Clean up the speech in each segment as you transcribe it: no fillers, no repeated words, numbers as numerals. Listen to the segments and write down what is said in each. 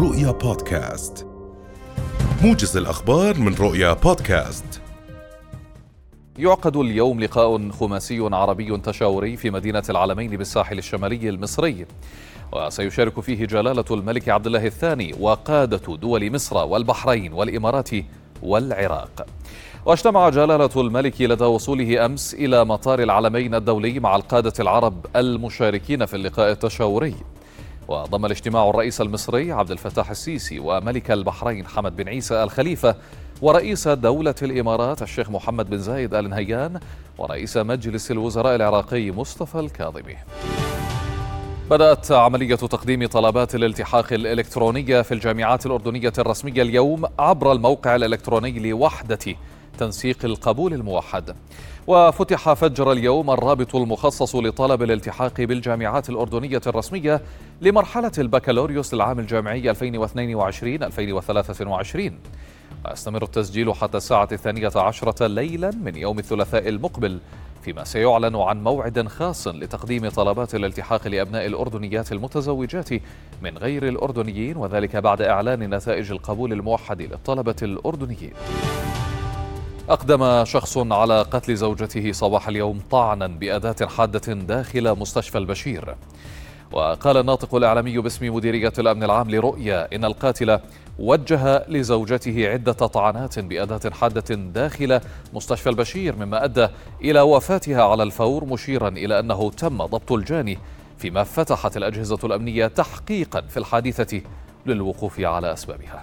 رؤيا بودكاست، موجز الأخبار من رؤيا بودكاست. يعقد اليوم لقاء خماسي عربي تشاوري في مدينة العلمين بالساحل الشمالي المصري، وسيشارك فيه جلالة الملك عبد الله الثاني وقادة دول مصر والبحرين والإمارات والعراق. واجتمع جلالة الملك لدى وصوله أمس إلى مطار العلمين الدولي مع القادة العرب المشاركين في اللقاء التشاوري. وضم الاجتماع الرئيس المصري عبد الفتاح السيسي وملك البحرين حمد بن عيسى الخليفة ورئيس دولة الإمارات الشيخ محمد بن زايد آل نهيان ورئيس مجلس الوزراء العراقي مصطفى الكاظمي. بدأت عملية تقديم طلبات الالتحاق الإلكترونية في الجامعات الأردنية الرسمية اليوم عبر الموقع الإلكتروني لوحدة تنسيق القبول الموحد. وفتح فجر اليوم الرابط المخصص لطلب الالتحاق بالجامعات الأردنية الرسمية لمرحلة البكالوريوس للعام الجامعي 2022-2023. ويستمر التسجيل حتى الساعة 12 ليلا من يوم الثلاثاء المقبل، فيما سيعلن عن موعد خاص لتقديم طلبات الالتحاق لأبناء الأردنيات المتزوجات من غير الأردنيين، وذلك بعد إعلان نتائج القبول الموحد للطلبة الأردنيين. أقدم شخص على قتل زوجته صباح اليوم طعنا بأداة حادة داخل مستشفى البشير. وقال الناطق الإعلامي باسم مديرية الأمن العام لرؤيا إن القاتل وجه لزوجته عدة طعنات بأداة حادة داخل مستشفى البشير، مما أدى إلى وفاتها على الفور، مشيرا إلى أنه تم ضبط الجاني، فيما فتحت الأجهزة الأمنية تحقيقا في الحادثة للوقوف على أسبابها.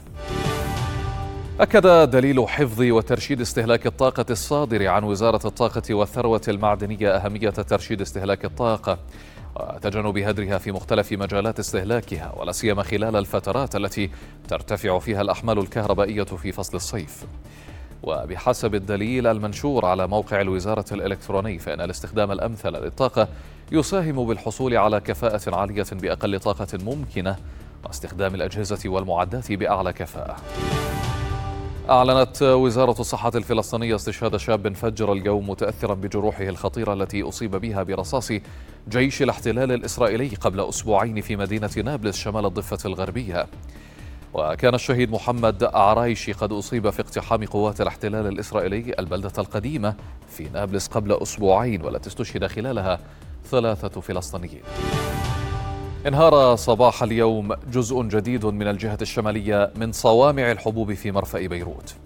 أكد دليل حفظ وترشيد استهلاك الطاقة الصادر عن وزارة الطاقة والثروة المعدنية أهمية ترشيد استهلاك الطاقة وتجنب هدرها في مختلف مجالات استهلاكها، ولا سيما خلال الفترات التي ترتفع فيها الأحمال الكهربائية في فصل الصيف. وبحسب الدليل المنشور على موقع الوزارة الإلكتروني، فإن الاستخدام الأمثل للطاقة يساهم بالحصول على كفاءة عالية بأقل طاقة ممكنة واستخدام الأجهزة والمعدات بأعلى كفاءة. أعلنت وزارة الصحة الفلسطينية استشهاد شاب فجر اليوم متأثرا بجروحه الخطيرة التي أصيب بها برصاص جيش الاحتلال الإسرائيلي قبل أسبوعين في مدينة نابلس شمال الضفة الغربية. وكان الشهيد محمد عرايشي قد أصيب في اقتحام قوات الاحتلال الإسرائيلي البلدة القديمة في نابلس قبل أسبوعين، والتي استشهد خلالها 3 فلسطينيين. انهار صباح اليوم جزء جديد من الجهة الشمالية من صوامع الحبوب في مرفأ بيروت،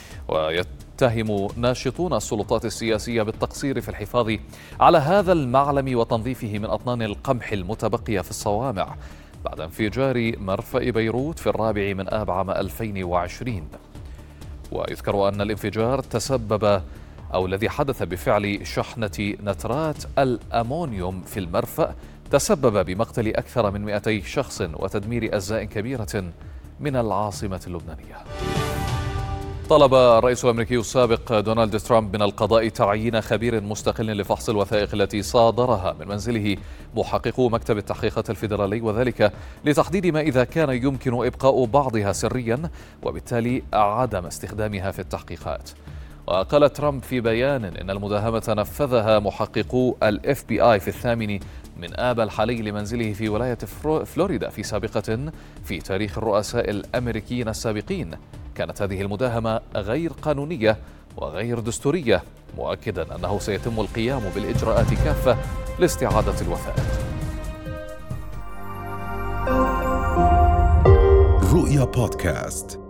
ويتهم ناشطون السلطات السياسية بالتقصير في الحفاظ على هذا المعلم وتنظيفه من أطنان القمح المتبقية في الصوامع بعد انفجار مرفأ بيروت في 4 من آب عام 2020. ويذكر أن الانفجار تسبب أو الذي حدث بفعل شحنة نترات الأمونيوم في المرفأ تسبب بمقتل أكثر من 200 شخص وتدمير أجزاء كبيرة من العاصمة اللبنانية. طلب الرئيس الأمريكي السابق دونالد ترامب من القضاء تعيين خبير مستقل لفحص الوثائق التي صادرها من منزله محققو مكتب التحقيقات الفيدرالي، وذلك لتحديد ما إذا كان يمكن إبقاء بعضها سريا وبالتالي عدم استخدامها في التحقيقات. وقال ترامب في بيان إن المداهمة نفذها محققو FBI في 8 من آب الحالي لمنزله في ولاية فلوريدا في سابقة في تاريخ الرؤساء الأمريكيين السابقين. كانت هذه المداهمة غير قانونية وغير دستورية، مؤكدا أنه سيتم القيام بالإجراءات كافة لاستعادة الوثائق. رؤيا بودكاست.